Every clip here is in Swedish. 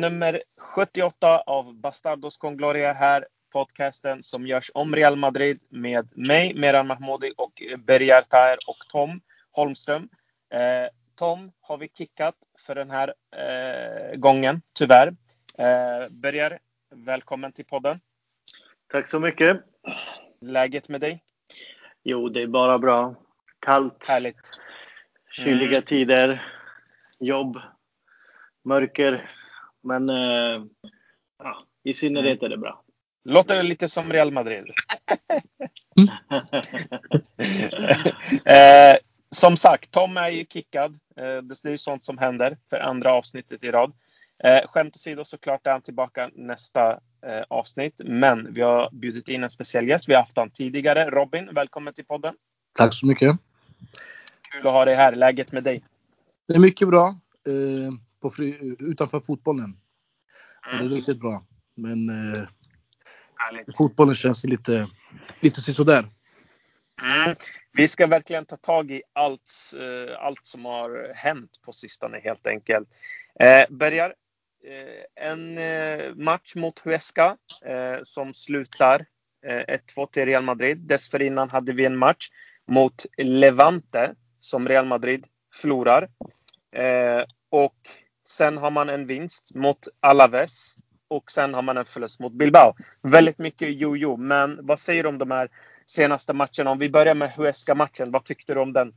nummer 78 av Bastardos con Gloria här. Podcasten som görs om Real Madrid med mig, Meran Mahmoudi och Berjar Taher och Tom Holmström. Tom har vi kickat för den här gången, tyvärr. Berjar, välkommen till podden. Tack så mycket. Läget med dig? Jo, det är bara bra. Kallt. Härligt. Kyliga tider. Jobb. Mörker. Men i synnerhet är det bra. Låter lite som Real Madrid. Som sagt, Tom är ju kickad. Det är ju sånt som händer för andra avsnittet i rad. Skämt åsido, såklart är han tillbaka nästa avsnitt. Men vi har bjudit in en speciell gäst. Vi har haft han tidigare. Robin, välkommen till podden. Tack så mycket. Kul att ha dig här. Läget med dig? Det är mycket bra. Utanför fotbollen. Det är riktigt bra. Men fotbollen känns lite sådär. Vi ska verkligen ta tag i allt som har hänt på sistone, helt enkelt. Börjar en match mot Huesca som slutar 1-2 till Real Madrid. Dessförinnan hade vi en match mot Levante som Real Madrid förlorar. Och sen har man en vinst mot Alaves. Och sen har man en förlust mot Bilbao. Väldigt mycket jojo. Men vad säger du om de här senaste matcherna? Om vi börjar med Huesca-matchen. Vad tyckte du om den?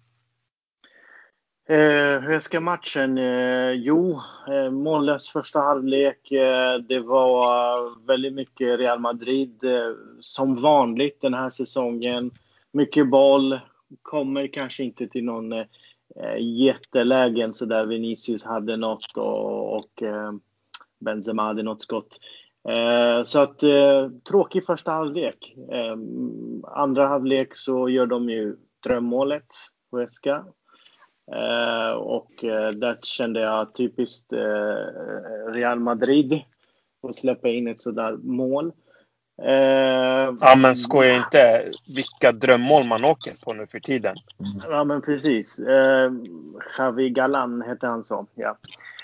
Huesca-matchen, mållös första halvlek. Det var väldigt mycket Real Madrid som vanligt den här säsongen. Mycket boll. Kommer kanske inte till någon jättelägen så där Vinicius hade något och Benzema hade något skott. Så att tråkig första halvlek. Andra halvlek så gör de ju drömmålet Huesca. Och där kände jag typiskt Real Madrid att släppa in ett sådär mål. Ja, men skojar inte vilka drömmål man åker på nu för tiden. Ja, men precis. Javi Galan heter han så, ja.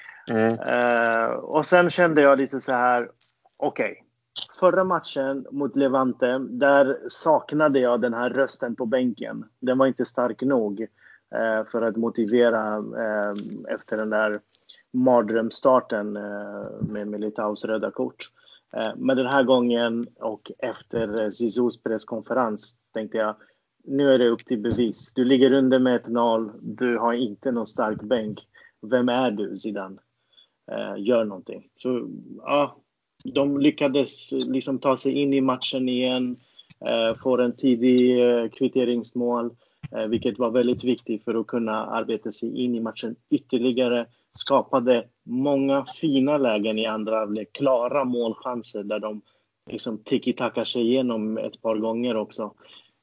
Och sen kände jag lite så här, okej. Förra matchen mot Levante, där saknade jag den här rösten på bänken. Den var inte stark nog för att motivera efter den där mardrömstarten med Militaos röda kort. Men den här gången och efter Zizous presskonferens tänkte jag, nu är det upp till bevis. Du ligger under med 1-0, du har inte någon stark bänk. Vem är du, Zidane? Gör någonting. Så ja, de lyckades liksom ta sig in i matchen igen. Får en tidig kvitteringsmål. Vilket var väldigt viktigt för att kunna arbeta sig in i matchen ytterligare. Skapade många fina lägen i andra halvlek. Klara målchanser där de liksom tiki-takar sig igenom ett par gånger också.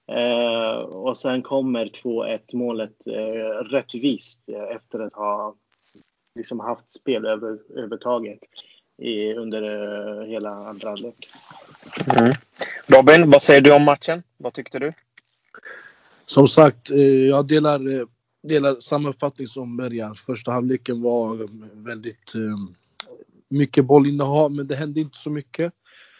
Och sen kommer 2-1 målet rättvist efter att ha liksom haft spel övertaget under hela andra halvlek. Robin, vad säger du om matchen? Vad tyckte du? Som sagt, jag delar samma uppfattning som Berjar. Första halvleken var väldigt mycket bollinnehav, men det hände inte så mycket.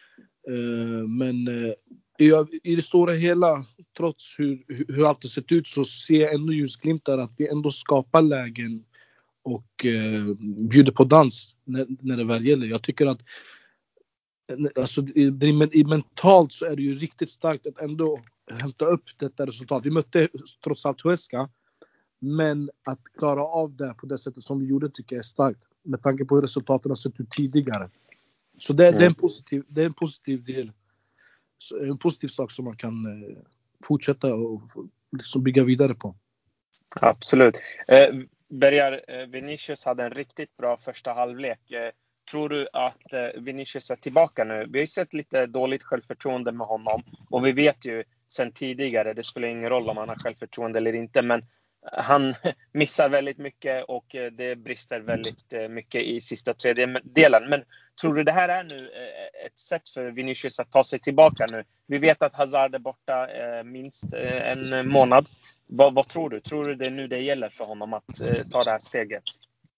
Men i det stora hela, trots hur allt har sett ut, så ser jag ändå ljusglimtar att vi ändå skapar lägen och bjuder på dans när det väl gäller. Jag tycker att alltså, mentalt så är det ju riktigt starkt att ändå hämta upp detta resultat. Vi mötte trots allt Huesca, men att klara av det på det sättet som vi gjorde tycker jag är starkt med tanke på hur resultaten har sett ut tidigare. Så det är en positiv del, en positiv sak som man kan fortsätta och liksom bygga vidare på. Absolut. Berjar, Vinicius hade en riktigt bra första halvlek. Tror du att Vinicius är tillbaka nu? Vi har ju sett lite dåligt självförtroende med honom. Och vi vet ju sen tidigare, det spelar ingen roll om han har självförtroende eller inte. Men han missar väldigt mycket och det brister väldigt mycket i sista tredjedelen. Men tror du det här är nu ett sätt för Vinicius att ta sig tillbaka nu? Vi vet att Hazard är borta minst en månad. Vad tror du? Tror du det är nu det gäller för honom att ta det här steget?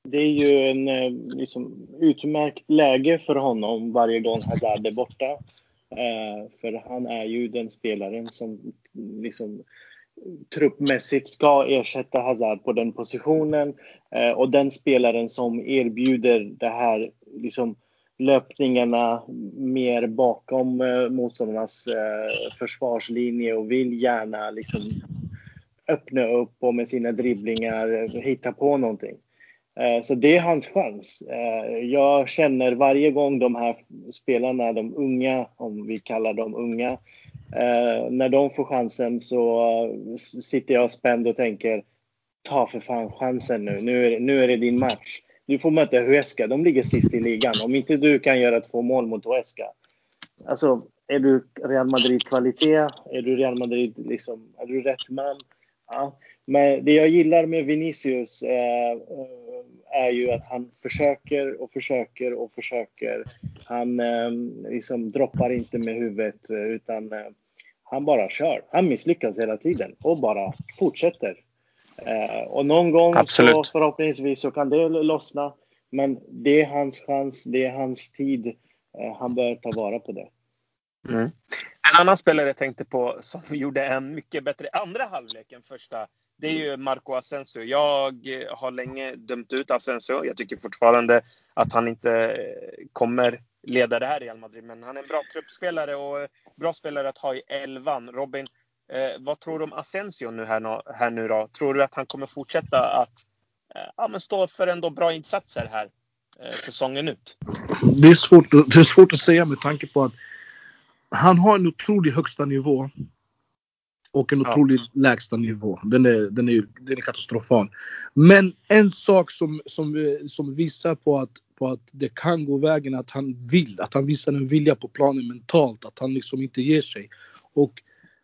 det är ju en liksom, utmärkt läge för honom varje gång Hazard är borta. För han är ju den spelaren som liksom, truppmässigt ska ersätta Hazard på den positionen. Och den spelaren som erbjuder det här liksom, löpningarna mer bakom motståndarnas försvarslinje och vill gärna liksom, öppna upp och med sina dribblingar hitta på någonting. Så det är hans chans. Jag känner varje gång de här spelarna, de unga, om vi kallar dem unga, när de får chansen så sitter jag spänd och tänker, ta för fan chansen nu. Nu är det din match. Du får möta Huesca. De ligger sist i ligan. Om inte du kan göra 2 mål mot Huesca. Alltså, är du Real Madrid-kvalitet? Är du Real Madrid, liksom, är du rätt man? Ja. Men det jag gillar med Vinicius är ju att han försöker. Han liksom droppar inte med huvudet utan han bara kör. Han misslyckas hela tiden och bara fortsätter. Och någon gång så förhoppningsvis så kan det lossna. Men det är hans chans, det är hans tid. Han bör ta vara på det. Mm. En annan spelare jag tänkte på som gjorde en mycket bättre andra halvlek än första, det är ju Marco Asensio. Jag har länge dömt ut Asensio. Jag tycker fortfarande att han inte kommer leda det här i Real Madrid. Men han är en bra truppspelare och bra spelare att ha i 11. Robin, vad tror du om Asensio här nu då? Tror du att han kommer fortsätta att stå för ändå bra insatser här säsongen ut? Det är svårt att säga med tanke på att han har en otrolig högsta nivå och en otrolig lägsta nivå. Den är katastrofal. Men en sak som visar på att det kan gå vägen, att han visar en vilja på planen mentalt, att han liksom inte ger sig. Och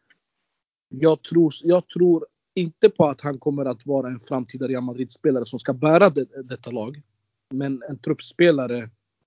jag tror inte på att han kommer att vara en framtida Real Madrid-spelare som ska bära detta lag. Men en truppspelare,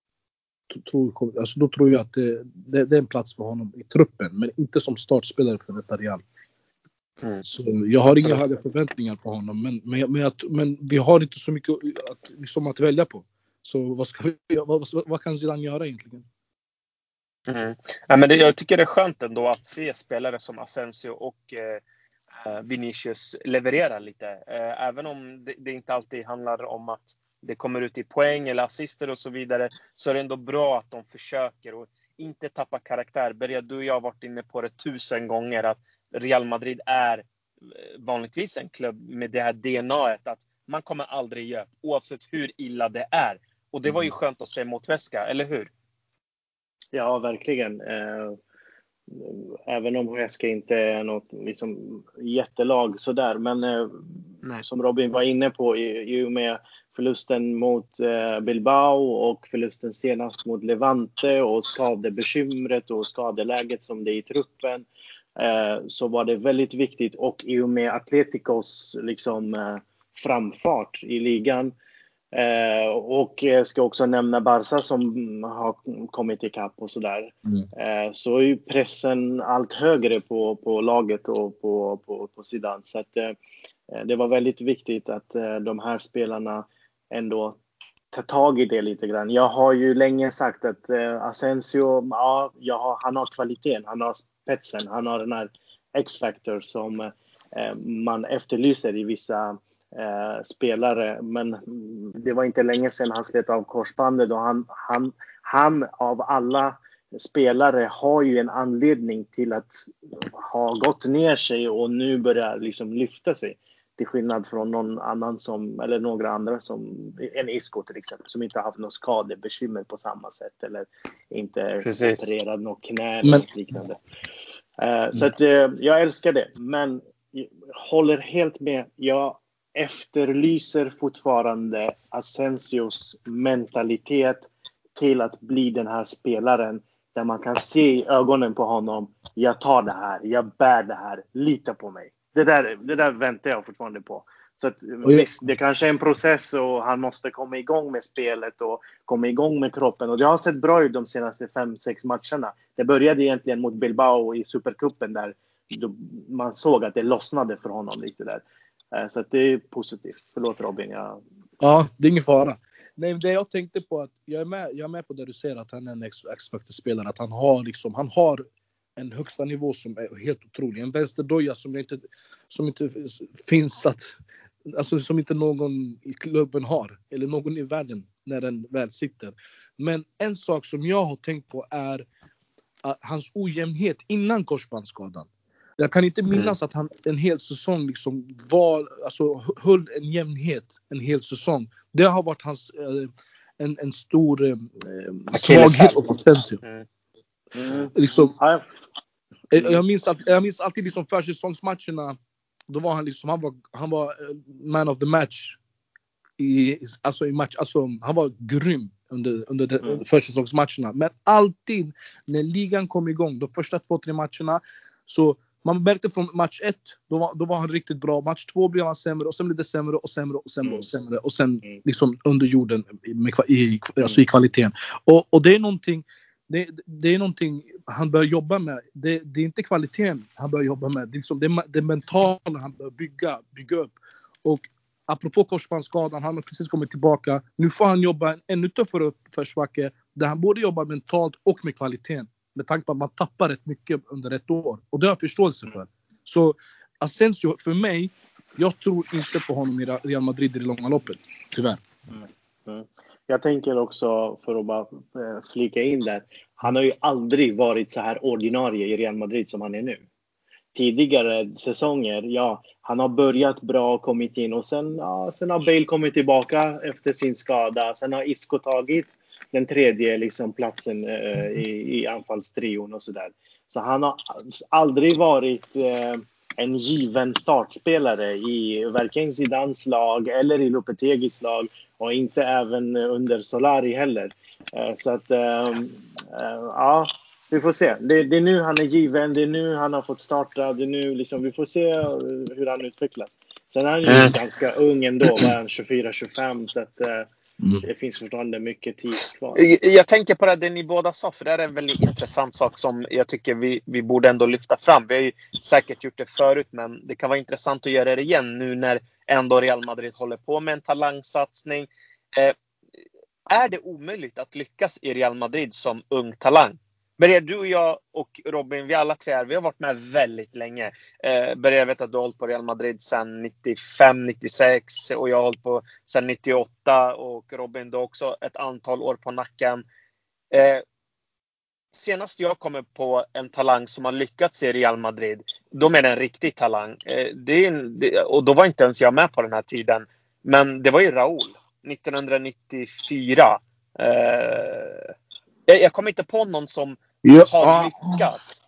då tror jag att det är en plats för honom i truppen, men inte som startspelare för detta Real. Så jag har inga höga förväntningar på honom, men vi har inte så mycket att välja på. Så vad kan Zidane göra egentligen? Ja, men jag tycker det är skönt ändå att se spelare som Asensio och Vinicius leverera lite. Även om det inte alltid handlar om att det kommer ut i poäng eller assister och så vidare, så är det ändå bra att de försöker och inte tappa karaktär. Berga, du och jag har varit inne på det 1000 gånger att Real Madrid är vanligtvis en klubb med det här DNA:et att man kommer aldrig ge upp oavsett hur illa det är. Och det var ju skönt att se mot Huesca, eller hur? Ja, verkligen. Även om Huesca inte är något liksom jättelag sådär. Men som Robin var inne på, i och med förlusten mot Bilbao och förlusten senast mot Levante och skadebekymret och skadeläget som det är i truppen, så var det väldigt viktigt. Och i och med Atleticos liksom, framfart i ligan, och jag ska också nämna Barca som har kommit ikapp och sådär, så är ju pressen allt högre på laget och på sidan. Så att det var väldigt viktigt att de här spelarna ändå tar tag i det lite grann. Jag har ju länge sagt att Asensio, han har kvaliteten, han har spetsen, han har den här X-factor som man efterlyser i vissa spelare, men det var inte länge sedan han slet av korsbandet och han av alla spelare har ju en anledning till att ha gått ner sig och nu börjar liksom lyfta sig, till skillnad från någon annan eller några andra som en Isco till exempel, som inte har haft något skadebekymmer på samma sätt eller inte opererat något knä eller något liknande. Så att jag älskar det, men håller helt med. Jag efterlyser fortfarande Asensios mentalitet till att bli den här spelaren där man kan se i ögonen på honom, jag tar det här, jag bär det här, lita på mig. Det där väntar jag fortfarande på. Så att, visst, det kanske är en process och han måste komma igång med spelet och komma igång med kroppen. Och det har sett bra ut de senaste 5-6 matcherna. Det började egentligen mot Bilbao i Supercupen där man såg att det lossnade för honom lite där. Så att det är positivt. Förlåt Robin, jag Ja, det är ingen fara. Nej, det jag tänkte på att jag är med på det du säger att han är en X-Factor-spelare. Att han har en högsta nivå som är helt otrolig. En vänsterdoja som inte finns alltså som inte någon i klubben har. Eller någon i världen när den väl sitter. Men en sak som jag har tänkt på är hans ojämnhet innan korsbandsskadan. Jag kan inte minnas att han en hel säsong liksom höll en jämnhet en hel säsong. Det har varit hans en stor svaghet och potential. Liksom, jag minns alltid liksom försäsongsmatcherna. Då var han liksom han var man of the match i match. Alltså han var grym under försäsongsmatcherna. Men alltid när ligan kom igång, de första 2-3 matcherna, så man märkte från match 1, då var han riktigt bra. Match 2 blev han sämre och sen blev det sämre och sämre. Och sen liksom under jorden i kvaliteten. Och det är någonting, det är någonting han bör jobba med. Det är inte kvaliteten han bör jobba med. Det är liksom det mentala han bör bygga upp. Och apropå korsbandsskadan, han har precis kommit tillbaka. Nu får han jobba en ännu tuffare uppförsbacke där han borde jobba mentalt och med kvaliteten. Med tanke på att man tappar rätt mycket under ett år. Och det har jag förståelse för. Så Asensio, för mig, jag tror inte på honom i Real Madrid i det långa loppet. Tyvärr. Jag tänker också, för att bara flika in där. Han har ju aldrig varit så här ordinarie i Real Madrid som han är nu. Tidigare säsonger, han har börjat bra och kommit in. Och sen har Bale kommit tillbaka efter sin skada. Sen har Isco tagit den tredje liksom platsen i anfallstrion och sådär. Så han har aldrig varit en given startspelare i varken Zidanes lag eller i Lopetegis lag. Och inte även under Solari heller. Så att, vi får se. Det är nu han är given, det är nu han har fått starta. Det är nu liksom, vi får se hur han utvecklas. Sen är han ju ganska ung ändå, var han 24-25, så att det finns fortfarande mycket tid kvar. Jag tänker på det ni båda sa, för det är en väldigt intressant sak som jag tycker vi borde ändå lyfta fram. Vi har ju säkert gjort det förut, men det kan vara intressant att göra det igen nu när ändå Real Madrid håller på med en talangsatsning. Är det omöjligt att lyckas i Real Madrid som ung talang? Börjar du och jag och Robin, vi alla tre här, vi har varit med väldigt länge. Jag vet att du har hållit på Real Madrid sedan 95-96 och jag har hållit på sedan 98 och Robin då också ett antal år på nacken. Senast jag kommer på en talang som har lyckats i Real Madrid, då är det en riktig talang. Och då var inte ens jag med på den här tiden. Men det var ju Raúl 1994. Jag kommer inte på någon som har lyckats.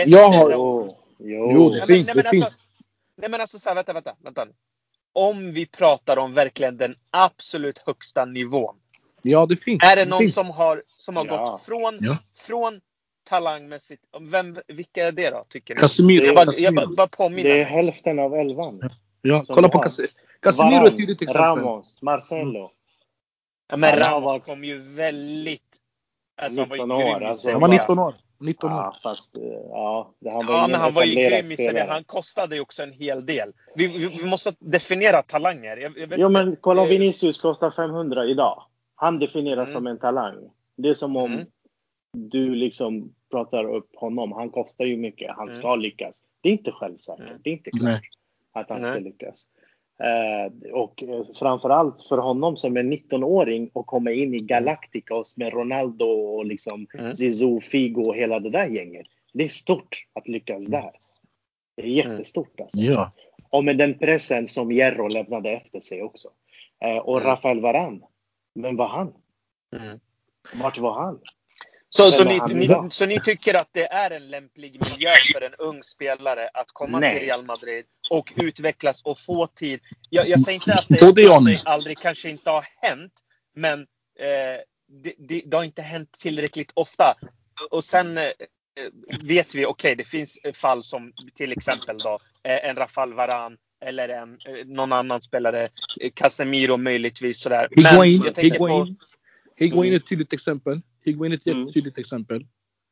Jo, det finns. Nej men alltså så här, vänta. Om vi pratar om verkligen den absolut högsta nivån. Ja, det finns. Är det någon som har gått från talangmässigt? Vilka är det då, tycker ni? Casemiro. Jag bara påminner. Det är hälften av 11. Ja, kolla på Casemiro är ett tydligt exempel. Ramos, Marcelo. Ja, men Ramos kom ju väldigt... Alltså, 19 år. Alltså, han var 19 år. Ja, fast han var ju grym i Sevilla. Han kostade ju också en hel del. Vi måste definiera talanger. Men kolla, Vinicius kostar 500 idag. Han definieras som en talang. Det är som om du liksom pratar upp honom. Han kostar ju mycket. Han ska lyckas. Det är inte självsäkert. Det är inte klart att han ska lyckas. Och framförallt för honom som är 19-åring och komma in i Galacticos med Ronaldo och liksom Zizou, Figo och hela det där gänget. Det är stort att lyckas där. Det är jättestort alltså. Ja. Och med den pressen som Hierro lämnade efter sig också. Och Rafael Varane. Men var han? Vart var han? Så ni tycker att det är en lämplig miljö för en ung spelare att komma till Real Madrid och utvecklas och få tid? Jag säger inte att det aldrig kanske inte har hänt, men det har inte hänt tillräckligt ofta. Och sen vet vi, det finns fall som till exempel då en Rafael Varane eller någon annan spelare, Casemiro möjligtvis sådär. Higuain är ett tydligt exempel.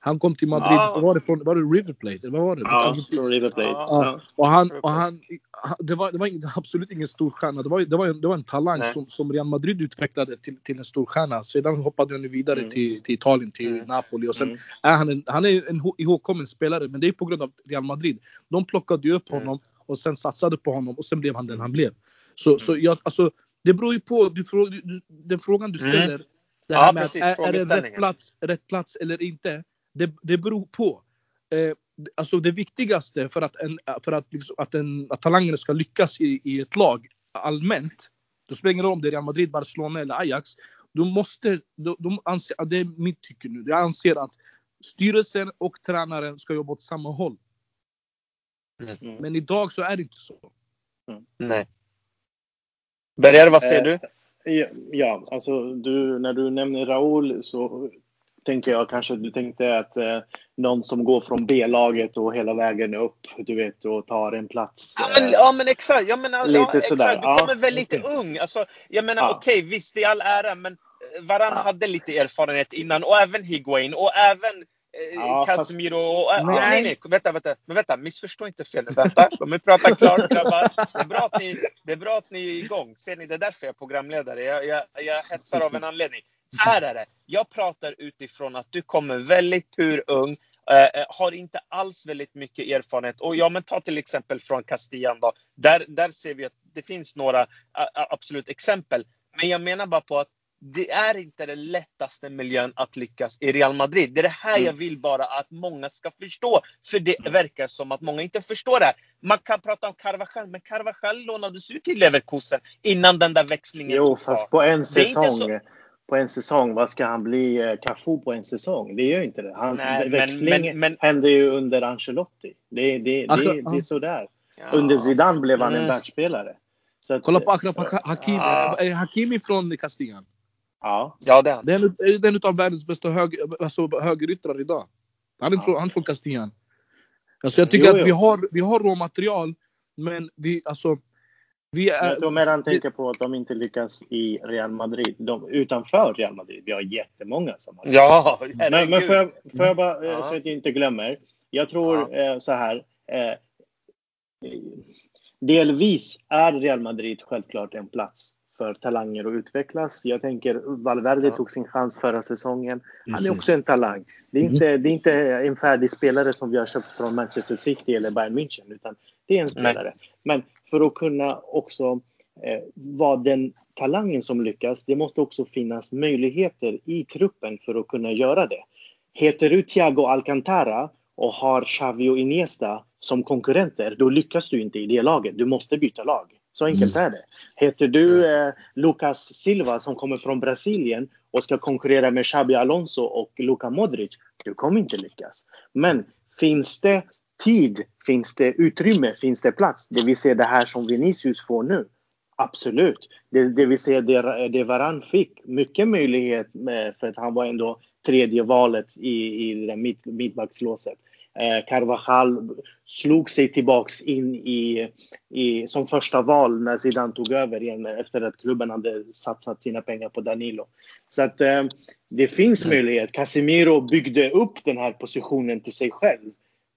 Han kom till Madrid. Var det River Plate? Eller vad var det? Ja, från River Plate. Ja. Och han det var absolut ingen stor stjärna. Det var en talang som Real Madrid utvecklade till en stor stjärna. Sedan hoppade han vidare till Italien, till Napoli. Och sen är han är en ihågkommen spelare. Men det är på grund av Real Madrid. De plockade ju upp honom och sen satsade på honom. Och sen blev han den han blev. Så jag, alltså, det beror ju på den frågan du ställer. Det här med precis, är det rätt plats eller inte? Det beror på. Alltså det viktigaste för att talangerna ska lyckas i ett lag allmänt. Då spelar det ingen roll om det är Real Madrid, Barcelona eller Ajax. De anser, det är mitt tycke nu. Jag anser att styrelsen och tränaren ska jobba åt samma håll. Men idag så är det inte så. Nej. Berger, vad säger du? Ja, alltså när du nämner Raúl så tänker jag kanske du tänkte att någon som går från B-laget och hela vägen upp, du vet, och tar en plats. Men exakt. Jag menar, lite sådär. Exakt. Du kommer väl lite ung. Alltså, jag menar, okej, visst, det är all ära, men Varane hade lite erfarenhet innan, och även Higuain, och även Casemiro och nej, vänta, missförstå inte fel. Vänta, låt mig prata klart, grabbar. Det är bra att ni är igång. Ser ni, det är därför jag är programledare. Jag hetsar av en anledning. Så här är det. Jag pratar utifrån att du kommer väldigt ung, har inte alls väldigt mycket erfarenhet. Och men ta till exempel från Castillan då. Där ser vi att det finns några absolut exempel. Men jag menar bara på att det är inte den lättaste miljön att lyckas i Real Madrid. Det är det här jag vill bara att många ska förstå. För det verkar som att många inte förstår det här. Man kan prata om Carvajal, men Carvajal lånades ut till Leverkusen innan den där växlingen tog fart. Fast på en säsong, vad ska han bli Cafu på en säsong? Det gör inte det. Hans växling hände ju under Ancelotti. Det är sådär. Ja. Under Zidane blev han en världsspelare. Så att, kolla på Achraf Hakimi från Castillan. Ja, det är en av världens bästa högeryttrar idag. Han är från Castillan. Alltså jag tycker att vi har råmaterial, men jag tror mer han tänker på att de inte lyckas i Real Madrid. Utanför Real Madrid. Vi har jättemånga som har. Ja, men får jag bara så att jag inte glömmer. Jag tror så här. Delvis är Real Madrid självklart en plats för talanger att utvecklas. Jag tänker Valverde tog sin chans förra säsongen. Han är också en talang. Det är inte en färdig spelare som vi har köpt från Manchester City eller Bayern München, utan det är en spelare. Men för att kunna också vara den talangen som lyckas, det måste också finnas möjligheter i truppen för att kunna göra det. Heter du Thiago Alcantara och har Xavi och Iniesta som konkurrenter, då lyckas du inte i det laget. Du måste byta lag. Så enkelt är det. Heter du Lucas Silva som kommer från Brasilien och ska konkurrera med Xabi Alonso och Luka Modric, du kommer inte lyckas. Men finns det tid, finns det utrymme, finns det plats? Det vi ser det här som Vinicius får nu. Absolut. Det vi ser det Varane fick. Mycket möjlighet för att han var ändå tredje valet i det där mittbackslåset. Carvajal slog sig tillbaks in i som första val när Zidane tog över igen efter att klubben hade satsat sina pengar på Danilo. Så att det finns möjlighet. Casemiro byggde upp den här positionen till sig själv.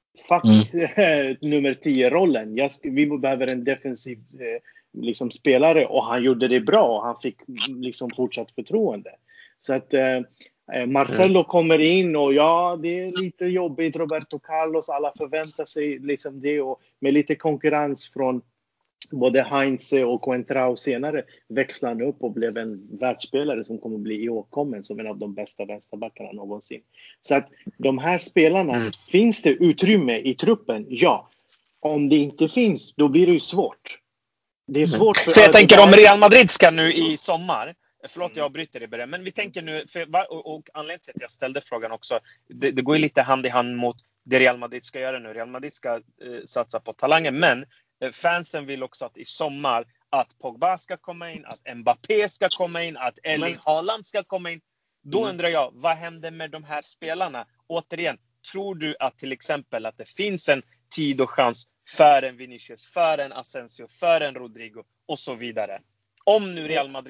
Nummer 10-rollen. Vi behöver en defensiv spelare, och han gjorde det bra och han fick fortsatt förtroende. Så att Marcelo kommer in och det är lite jobbigt. Roberto Carlos, alla förväntar sig det, och med lite konkurrens från både Heinze och Coentrao senare växlade han upp och blev en världsspelare som kommer bli ihågkommen som en av de bästa vänsterbackarna någonsin. Så att de här spelarna, finns det utrymme i truppen? Ja. Om det inte finns, då blir det ju svårt. Det är svårt för jag tänker om Real Madrid ska nu i sommar. Förlåt, jag avbryter det bara. Men vi tänker nu, och anledningen till att jag ställde frågan också, det går ju lite hand i hand mot det Real Madrid ska göra nu. Real Madrid ska satsa på talanger, men fansen vill också att i sommar att Pogba ska komma in, att Mbappé ska komma in, att Erling Haaland ska komma in. Då undrar jag, vad händer med de här spelarna? Återigen, tror du att till exempel att det finns en tid och chans för en Vinicius, för en Asensio, för en Rodrigo och så vidare? Om nu Real Madrid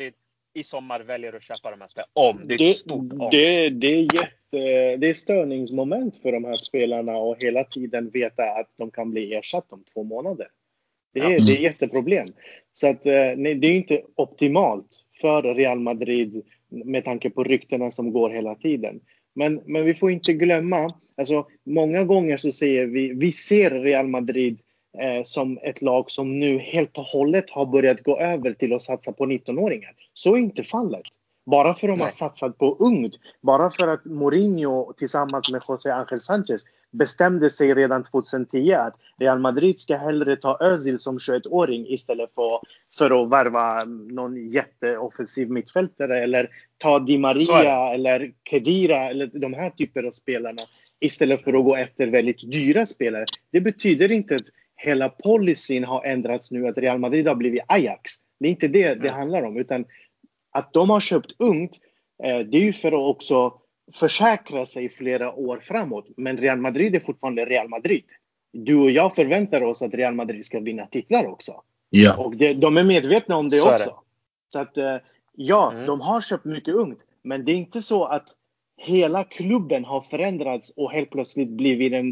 i sommar väljer att köpa de här spelarna. Om, det är ett stort om. Det är störningsmoment för de här spelarna och hela tiden veta att de kan bli ersatt om 2 månader. Det är jätteproblem. Så att, nej, det är inte optimalt för Real Madrid med tanke på ryktena som går hela tiden. Men vi får inte glömma, alltså många gånger så säger vi ser Real Madrid som ett lag som nu helt och hållet har börjat gå över till att satsa på 19-åringar. Så är inte fallet. Bara för att de har satsat på ungt, bara för att Mourinho tillsammans med José Ángel Sánchez bestämde sig redan 2010 att Real Madrid ska hellre ta Özil som 21-åring istället för att värva någon jätteoffensiv mittfältare eller ta Di Maria eller Khedira eller de här typer av spelarna istället för att gå efter väldigt dyra spelare. Det betyder inte att hela policyn har ändrats nu, att Real Madrid har blivit Ajax. Det är inte det handlar om, utan att de har köpt ungt, det är ju för att också försäkra sig flera år framåt. Men Real Madrid är fortfarande Real Madrid. Du och jag förväntar oss att Real Madrid ska vinna titlar också. Ja. Och de är medvetna om det så också. Så att de har köpt mycket ungt. Men det är inte så att hela klubben har förändrats och helt plötsligt blivit en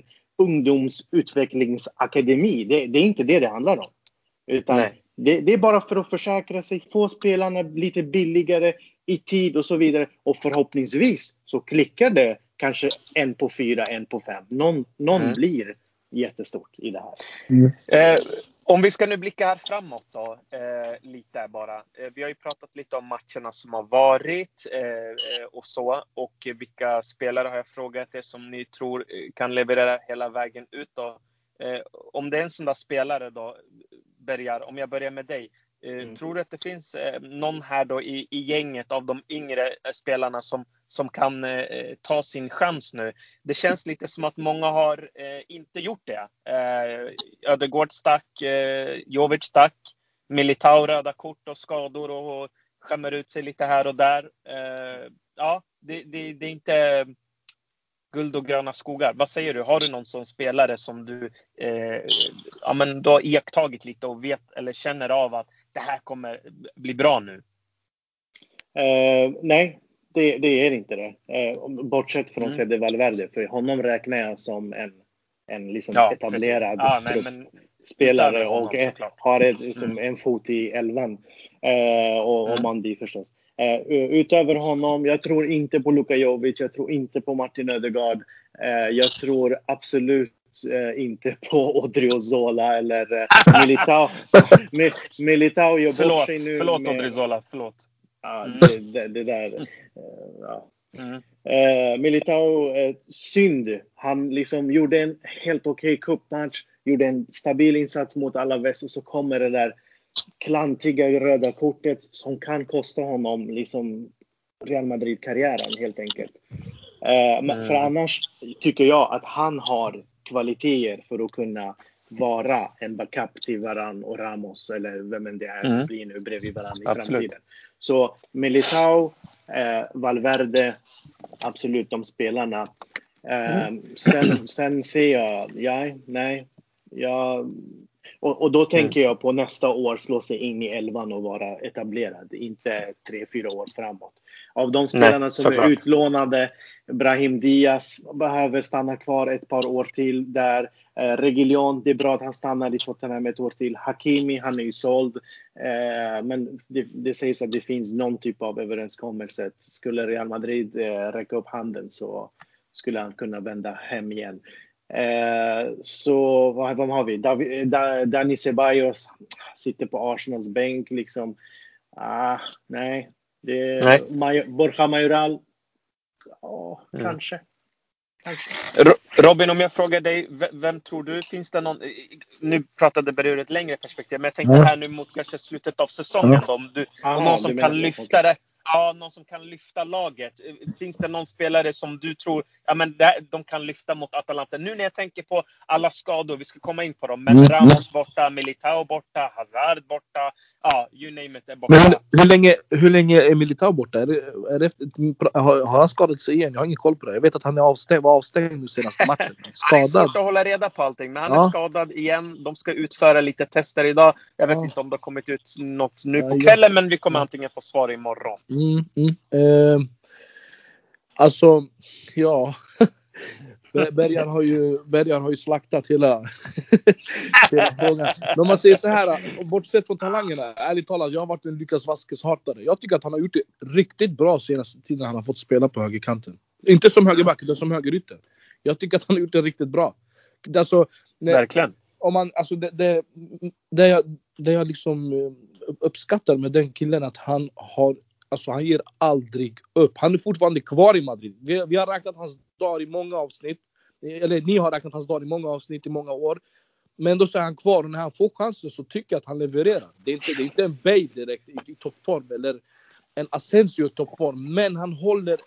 ungdomsutvecklingsakademi. Det är inte det handlar om. Utan det är bara för att försäkra sig, få spelarna lite billigare i tid och så vidare. Och förhoppningsvis så klickar det kanske 1 på 4, 1 på 5. Någon blir jättestort i det här. Om vi ska nu blicka här framåt då, lite bara. Vi har ju pratat lite om matcherna som har varit och så. Och vilka spelare har jag frågat er som ni tror kan leverera hela vägen ut då. Om det är en sån där spelare då, Bergar, om jag börjar med dig. Tror du att det finns någon här då i gänget av de yngre spelarna som kan ta sin chans nu? Det känns lite som att många har inte gjort det. Ödegaard stack, Jovic stack, Militao röda kort och skador och skämmer ut sig lite här och där. Det är inte guld och gröna skogar. Vad säger du? Har du någon sån spelare som du du har iakttagit lite och vet eller känner av att det här kommer bli bra nu? Nej, det är inte det. Bortsett från Fede Valverde. För honom räknar jag som en liksom etablerad spelare och har som en fot i 11. Och Mandi förstås. Utöver honom, jag tror inte på Luka Jovic, jag tror inte på Martin Ödegaard, jag tror absolut inte på Odriozola eller Militao. Militao gör bort sig nu. Förlåt Odriozola, förlåt. Ja, det där. Militao, synd. Han liksom gjorde en helt okej cupmatch, gjorde en stabil insats mot Alaves och så kommer det där klantiga röda kortet som kan kosta honom liksom Real Madrid-karriären helt enkelt. För annars tycker jag att han har kvaliteter för att kunna vara en backup till Varane och Ramos eller vem det är blir nu bredvid varandra i framtiden. Så Militao, Valverde, absolut de spelarna. Sen ser jag, och då tänker jag på nästa år slå sig in i 11 och vara etablerad, inte 3-4 år framåt. Av de spelarna som är utlånade, Brahim Diaz behöver stanna kvar ett par år till där. Reguilón, det är bra att han stannar i Tottenham ett år till. Hakimi, han är ju såld. Men det sägs att det finns någon typ av överenskommelse. Skulle Real Madrid räcka upp handen så skulle han kunna vända hem igen. Så vad har vi? Dani Ceballos sitter på Arsenals bänk liksom. Nej. Borja Mayoral. Kanske. Robin, om jag frågar dig, vem tror du, finns det någon, nu pratade Berger ur ett längre perspektiv, men jag tänkte här nu mot kanske slutet av säsongen, om någon som kan lyfta det, Ja, någon som kan lyfta laget. Finns det någon spelare som du tror de kan lyfta mot Atalanta? Nu när jag tänker på alla skador, vi ska komma in på dem. Men Ramos borta, Militao borta, Hazard borta. Ja, you name it är borta. Men hur länge är Militao borta? Har han skadat sig igen? Jag har ingen koll på det. Jag vet att han var avstängd nu senaste matchen. Skadad. Det är svårt att hålla reda på allting. Men han är skadad igen. De ska utföra lite tester idag. Jag vet inte om det har kommit ut något nu på kvällen. Men vi kommer antingen få svar imorgon. Alltså, ja. Bergar har ju slaktat hela frågan. Men om man säger så här, bortsett från talangerna, ärligt talat, jag har varit en Lucas Vázquez-hatare. Jag tycker att han har gjort det riktigt bra senaste tiden han har fått spela på högerkanten. Inte som högerback, utan som högerytter. Jag tycker att han har gjort det riktigt bra. Alltså, verkligen. Om man, alltså det jag liksom uppskattar med den killen, att han ger aldrig upp. Han är fortfarande kvar i Madrid. Vi har räknat hans dagar i många avsnitt. Eller ni har räknat hans dagar i många avsnitt i många år. Men då är han kvar, och när han får chansen så tycker jag att han levererar. Det är inte en Bale direkt i toppform eller en Asensio i toppform. Men han håller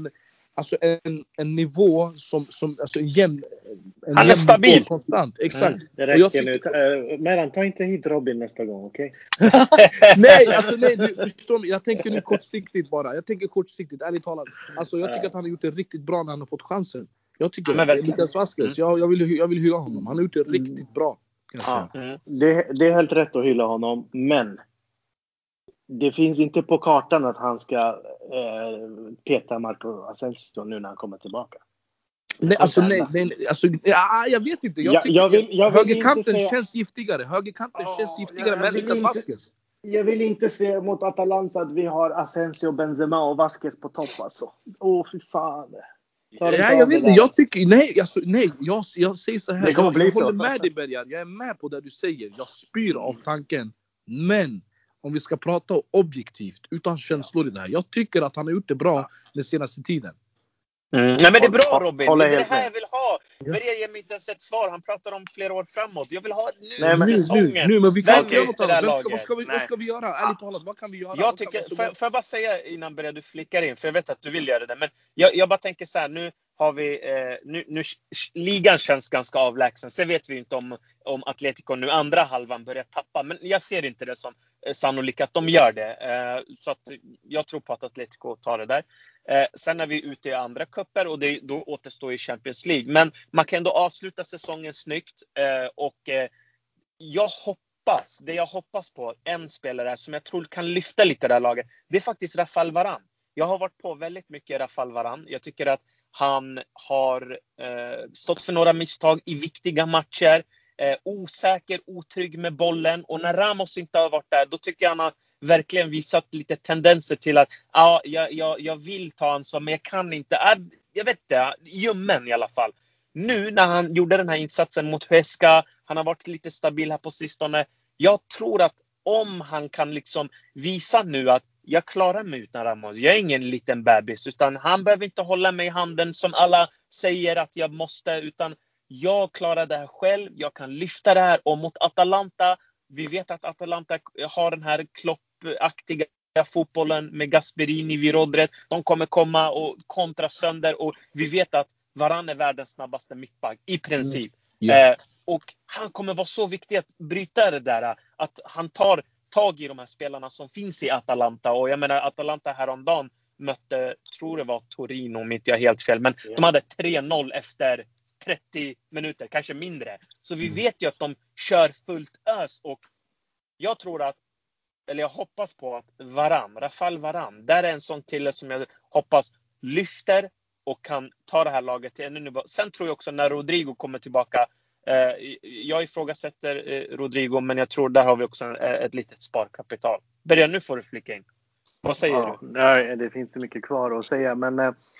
en nivå som alltså en jämn. Han är stabil. Nivå, konstant. Exakt. Det räcker nu. Men ta inte hit Robin nästa gång, okej? nej, du förstår mig. Jag tänker nu kortsiktigt bara. Jag tänker kortsiktigt, ärligt talat. Alltså jag tycker att han har gjort det riktigt bra när han har fått chansen. Jag tycker det är Lucas Vázquez. Jag vill hylla honom. Han har gjort det riktigt bra. Det är helt rätt att hylla honom, men det finns inte på kartan att han ska peta Marco Asensio nu när han kommer tillbaka. Nej, jag vet inte. Jag vill högerkanten känns giftigare. Högerkanten känns giftigare med Lucas Vázquez. Jag vill inte se mot Atalanta att vi har Asensio, Benzema och Vázquez på topp, alltså. Fy fan. Jag vet inte, jag säger så här. Jag håller med dig, Bergar. Jag är med på det du säger. Jag spyr av tanken. Men om vi ska prata objektivt utan känslor i det här, jag tycker att han har gjort det bra den senaste tiden. Nej, men det är bra, Robin. Det är det här jag vill ha. Berger ger mig inte ens ett svar. Han pratar om flera år framåt. Jag vill ha säsongen. Nu, men vi kan inte göra något annat. Vad ska vi göra? Ärligt talat, vad kan vi göra? Jag tycker, får jag bara säga innan Berger, du flickar in, för jag vet att du vill göra det. Men jag bara tänker så här, nu har vi nu ligan känns ganska avlägsen. Sen vet vi inte om Atletico nu andra halvan börjar tappa, men jag ser inte det som sannolikt att de gör det. Så att jag tror på att Atletico tar det där. Sen är vi ute i andra kupper och då återstår i Champions League. Men man kan ändå avsluta säsongen snyggt. Jag hoppas på en spelare som jag tror kan lyfta lite det här laget. Det är faktiskt Rafael Varane. Jag har varit på väldigt mycket Rafael Varane. Jag tycker att han har stått för några misstag i viktiga matcher. Osäker, otrygg med bollen. Och när Ramos inte har varit där, då tycker jag han har verkligen visat lite tendenser till att jag vill ta ansvar, men jag kan inte. Jag vet det, ljummen i alla fall. Nu när han gjorde den här insatsen mot Huesca, han har varit lite stabil här på sistone. Jag tror att om han kan liksom visa nu att jag klarar mig utan Ramos. Jag är ingen liten bebis, utan han behöver inte hålla mig i handen som alla säger att jag måste, utan jag klarar det här själv. Jag kan lyfta det här. Och mot Atalanta, vi vet att Atalanta har den här kloppaktiga fotbollen med Gasperini vid rodret. De kommer komma och kontra sönder, och vi vet att Varane är världens snabbaste mittback i princip. Och han kommer vara så viktig att bryta det där, att han tar tag i de här spelarna som finns i Atalanta. Och jag menar, Atalanta häromdagen mötte, tror det var Torino om inte jag helt fel, men de hade 3-0 efter 30 minuter, kanske mindre. Så vi vet ju att de kör fullt ös, och jag tror att, eller jag hoppas på att Rafael Varane, där är en sån kille som jag hoppas lyfter och kan ta det här laget till ännu nivå. Sen tror jag också när Rodrigo kommer tillbaka, jag ifrågasätter Rodrigo, men jag tror där har vi också ett litet sparkapital. Börja, nu får du flika in. Vad säger du? Nej, det finns så mycket kvar att säga, men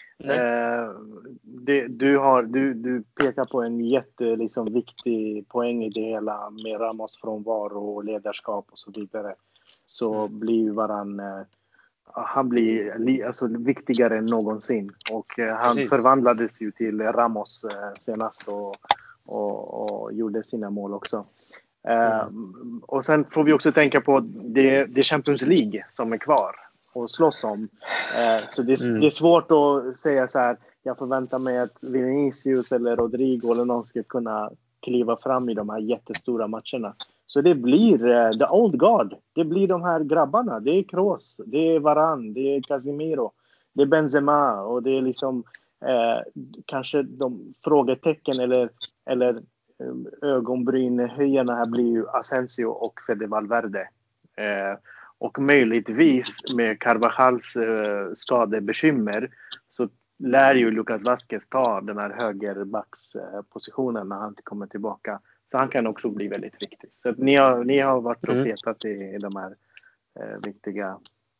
du pekar på en liksom viktig poäng i det hela med Ramos frånvaro och ledarskap och så vidare. Så blir Varane, han blir alltså viktigare än någonsin, och han förvandlades ju till Ramos senast och gjorde sina mål också. Och sen får vi också tänka på det Champions League som är kvar. och slåss om. Så det är svårt att säga så här, jag förväntar mig att Vinicius eller Rodrigo eller någon ska kunna kliva fram i de här jättestora matcherna. Så det blir the old guard. Det blir de här grabbarna. Det är Kroos, det är Varane, det är Casemiro, det är Benzema och det är liksom kanske de frågetecken eller ögonbrynhöjarna här blir ju Asensio och Fede Valverde. Och möjligtvis med Carvajals skadebekymmer så lär ju Lucas Vázquez ta den här högerbackspositionen när han kommer tillbaka. Så han kan också bli väldigt viktig. Så att ni har varit och petat i de här viktiga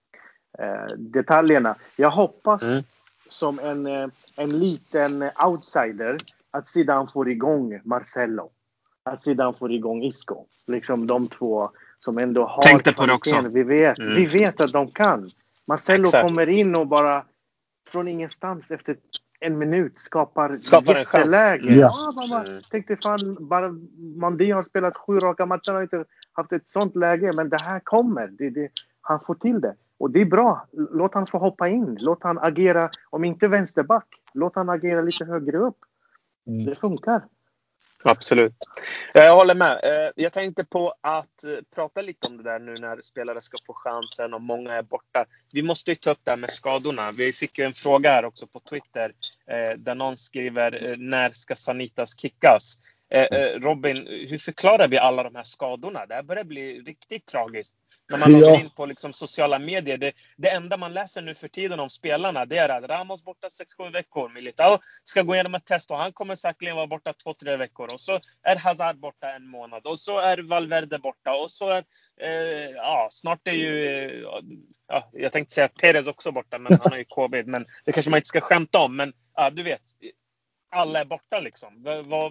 detaljerna. Jag hoppas som en liten outsider att Zidane får igång Marcelo. Att Zidane får igång Isco. Liksom de två som ändå har tänkte på det också. Vi vet att de kan. Marcelo kommer in och bara från ingenstans efter en minut skapar en chans. Tänkte fan, bara Mandi har spelat 7 raka matcher, har inte haft ett sånt läge, men det här kommer. Han får till det. Och det är bra. Låt han få hoppa in. Låt han agera, om inte vänsterback, låt han agera lite högre upp. Det funkar. Absolut. Jag håller med. Jag tänkte på att prata lite om det där nu när spelare ska få chansen och många är borta. Vi måste ju ta upp det här med skadorna. Vi fick ju en fråga här också på Twitter där någon skriver, när ska Sanitas kickas? Robin, hur förklarar vi alla de här skadorna? Det här börjar bli riktigt tragiskt. När man loggar in på liksom sociala medier. Det enda man läser nu för tiden om spelarna, det är att Ramos borta 6-7 veckor. Militao ska gå igenom ett test och han kommer säkerligen vara borta 2-3 veckor. Och så är Hazard borta 1 månad. Och så är Valverde borta. Och så är, snart är ju, jag tänkte säga att Perez också borta, men han har ju covid. Men det kanske man inte ska skämta om. Men du vet, alla är borta liksom.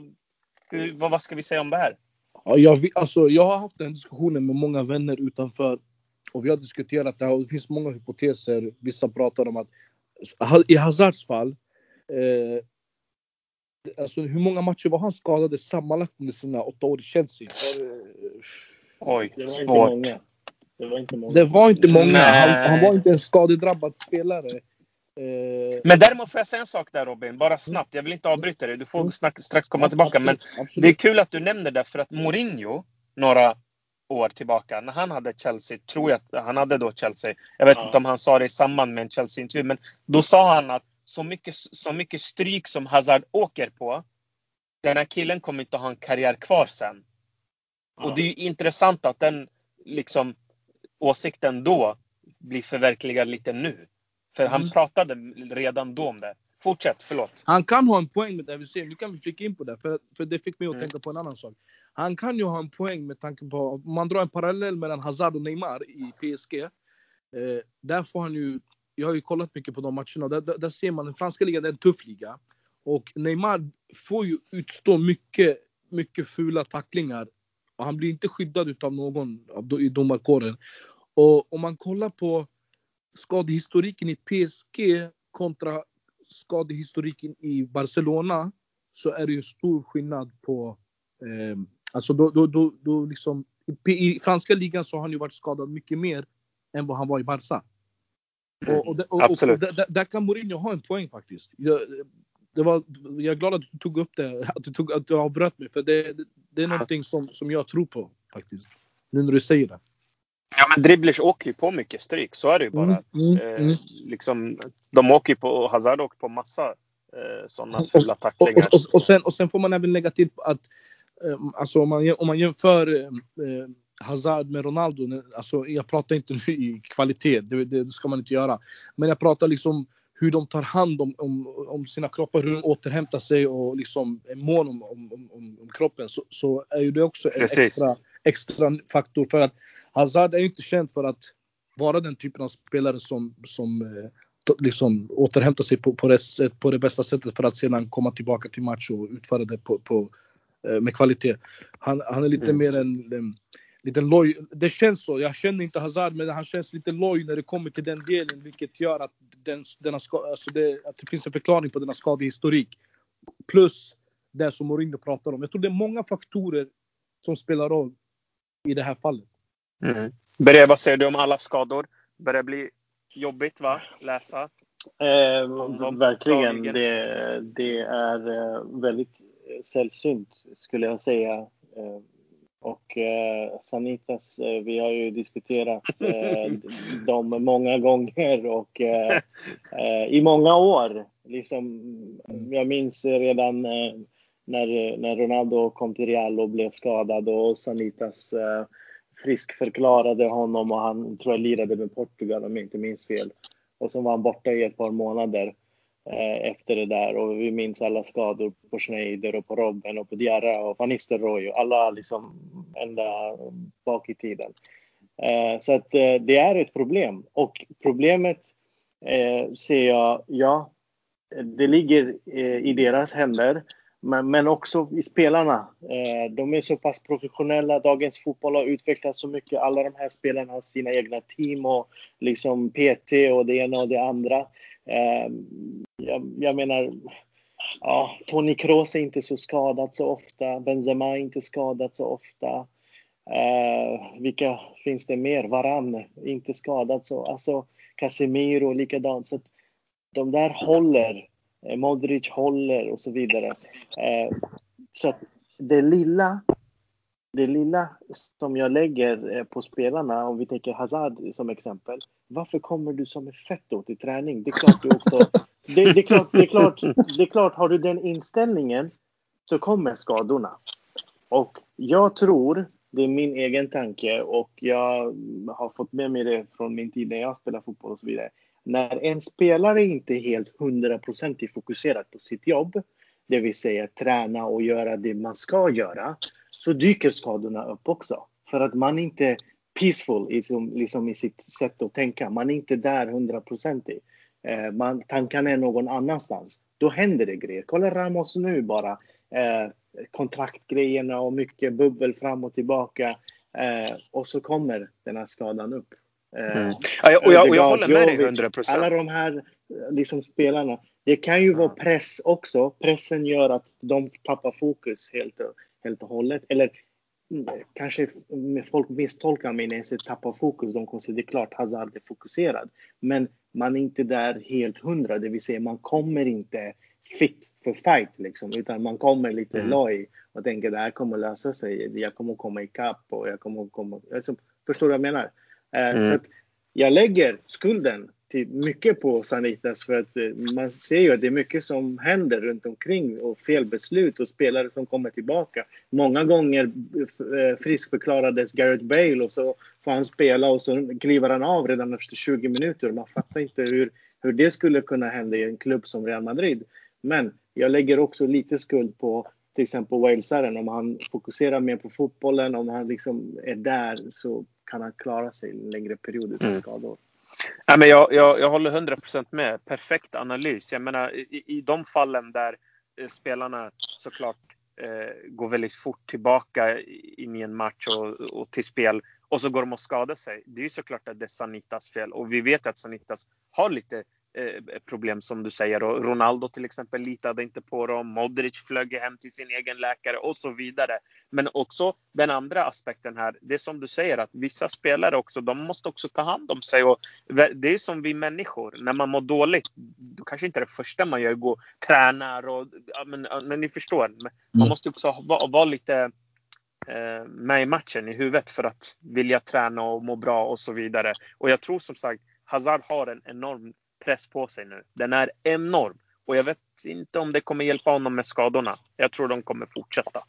Vad ska vi säga om det här? Ja, jag har haft den diskussionen med många vänner utanför och vi har diskuterat det här och det finns många hypoteser. Vissa pratar om att i Hazards fall alltså hur många matcher var han skadade sammanlagt under sina 8 år i Chelsea? Oj, det var svårt. inte många. Det var inte många. Han var inte en skadedrabbad spelare. Men däremot får jag säga en sak där, Robin, bara snabbt. Jag vill inte avbryta dig, du får strax komma tillbaka. Absolut. Men det är kul att du nämner det, för att Mourinho några år tillbaka, när han hade Chelsea, tror jag att han hade då Chelsea, jag vet inte om han sa det i samband med en Chelsea-intervju, men då sa han att så mycket stryk som Hazard åker på, den här killen kommer inte att ha en karriär kvar sen. Och det är ju intressant att den liksom åsikten då blir förverkligad lite nu. För han pratade redan då om det. Fortsätt, förlåt. Han kan ha en poäng med det vi ser. Nu kan vi flika in på det. För det fick mig att tänka på en annan sak. Han kan ju ha en poäng med tanke på, om man drar en parallell mellan Hazard och Neymar i PSG. Där får han ju, jag har ju kollat mycket på de matcherna. Där ser man, den franska ligan är en tuff liga. Och Neymar får ju utstå mycket fula tacklingar. Och han blir inte skyddad utav någon i domarkåren. Och om man kollar på skadehistoriken i PSG kontra skadehistoriken i Barcelona, så är det ju stor skillnad på alltså då liksom i franska ligan så har han ju varit skadad mycket mer än vad han var i Barca. Och där kan Mourinho ha en poäng faktiskt. Jag är glad att du tog upp det, att du avbröt mig, för det är någonting som jag tror på faktiskt, nu när du säger det. Ja, men dribblers åker ju på mycket stryk, så är det ju bara. Liksom, de åker ju på, Hazard åker på massa sådana fulla tacklingar. Och sen får man även lägga till att alltså om man jämför Hazard med Ronaldo, alltså jag pratar inte nu i kvalitet, det ska man inte göra. Men jag pratar liksom hur de tar hand om sina kroppar, hur de återhämtar sig och liksom är mån om kroppen, så är ju det också en extra faktor, för att Hazard är ju inte känd för att vara den typen av spelare som liksom återhämtar sig på det bästa sättet för att sedan komma tillbaka till match och utföra det med kvalitet. Han är lite mer en liten loj. Det känns så. Jag känner inte Hazard, men han känns lite loj när det kommer till den delen, vilket gör att att det finns en förklaring på denna skadehistorik. Plus det som Mourinho pratar om. Jag tror det är många faktorer som spelar roll i det här fallet. Berger, vad säger du om alla skador? Börjar bli Jobbigt va? Läsa. Verkligen. Det är väldigt sällsynt skulle jag säga. Och Sanitas, vi har ju diskuterat dem många gånger och i många år. Liksom, jag minns redan när Ronaldo kom till Real och blev skadad och Sanitas friskförklarade honom och han tror jag lirade med Portugal om jag inte minns fel. Och så var han borta i ett par månader efter det där. Och vi minns alla skador på Schneider och på Robben och på Diarra och Van Nistelrooy och alla liksom ända bak i tiden. Så att det är ett problem. Och problemet ser jag, ja, det ligger i deras händer. Men också i spelarna. De är så pass professionella. Dagens fotboll har utvecklats så mycket. Alla de här spelarna har sina egna team och liksom PT och det ena och det andra. Jag menar, ja, Toni Kroos är inte så skadad så ofta. Benzema är inte skadad så ofta. Vilka finns det mer? Varane inte skadad så. Alltså Casemiro likadant. Så att de där håller. Modric håller och så vidare. Så att det lilla som jag lägger på spelarna, om vi tänker Hazard som exempel. Varför kommer du som är fett då till träning? Det är klart du också. Det är klart har du den inställningen så kommer skadorna. Och jag tror, det är min egen tanke och jag har fått med mig det från min tid när jag spelar fotboll och så vidare. När en spelare inte är helt 100% fokuserad på sitt jobb, det vill säga träna och göra det man ska göra, så dyker skadorna upp också. För att man inte är peaceful liksom i sitt sätt att tänka. Man är inte där 100%. Tankarna är någon annanstans. Då händer det grejer. Kolla Ramos nu bara. Kontraktgrejerna och mycket bubbel fram och tillbaka. Och så kommer den här skadan upp. Och jag håller med dig 100%. Alla de här liksom spelarna. Det kan ju vara press också. Pressen gör att de tappar fokus helt och hållet. Eller kanske folk misstolkar mig när jag säger tappa fokus. De kommer säga det är klart Hazard är fokuserad. Men man är inte där helt 100. Det vill säga man kommer inte fit för fight liksom. Utan man kommer lite loj och tänker det här kommer lösa sig. Jag kommer komma ikapp och jag kommer komma. Alltså, förstår du vad jag menar? Så att jag lägger skulden till mycket på Sanitas för att man ser ju att det är mycket som händer runt omkring och felbeslut och spelare som kommer tillbaka. Många gånger friskförklarades Gareth Bale och så får han spela och så kliver han av redan efter 20 minuter. Man fattar inte hur det skulle kunna hända i en klubb som Real Madrid. Men jag lägger också lite skuld på till exempel Walesaren. Om han fokuserar mer på fotbollen, om han liksom är där så kan han klara sig en längre period utan skador. Ja, men jag håller 100% med. Perfekt analys. Jag menar i de fallen där spelarna såklart går väldigt fort tillbaka in i en match och till spel och så går de och skadar sig. Det är ju såklart att det är Sanitas fel och vi vet att Sanitas har lite problem som du säger och Ronaldo till exempel litade inte på dem, Modric flög hem till sin egen läkare och så vidare. Men också den andra aspekten här, det är som du säger att vissa spelare också, de måste också ta hand om sig och det är som vi människor, när man mår dåligt då kanske inte det första man gör är gå tränar och men ni förstår, man måste också vara lite med i matchen i huvudet för att vilja träna och må bra och så vidare. Och jag tror som sagt Hazard har en enorm press på sig nu. Den är enorm. Och jag vet inte om det kommer hjälpa honom med skadorna. Jag tror de kommer fortsätta.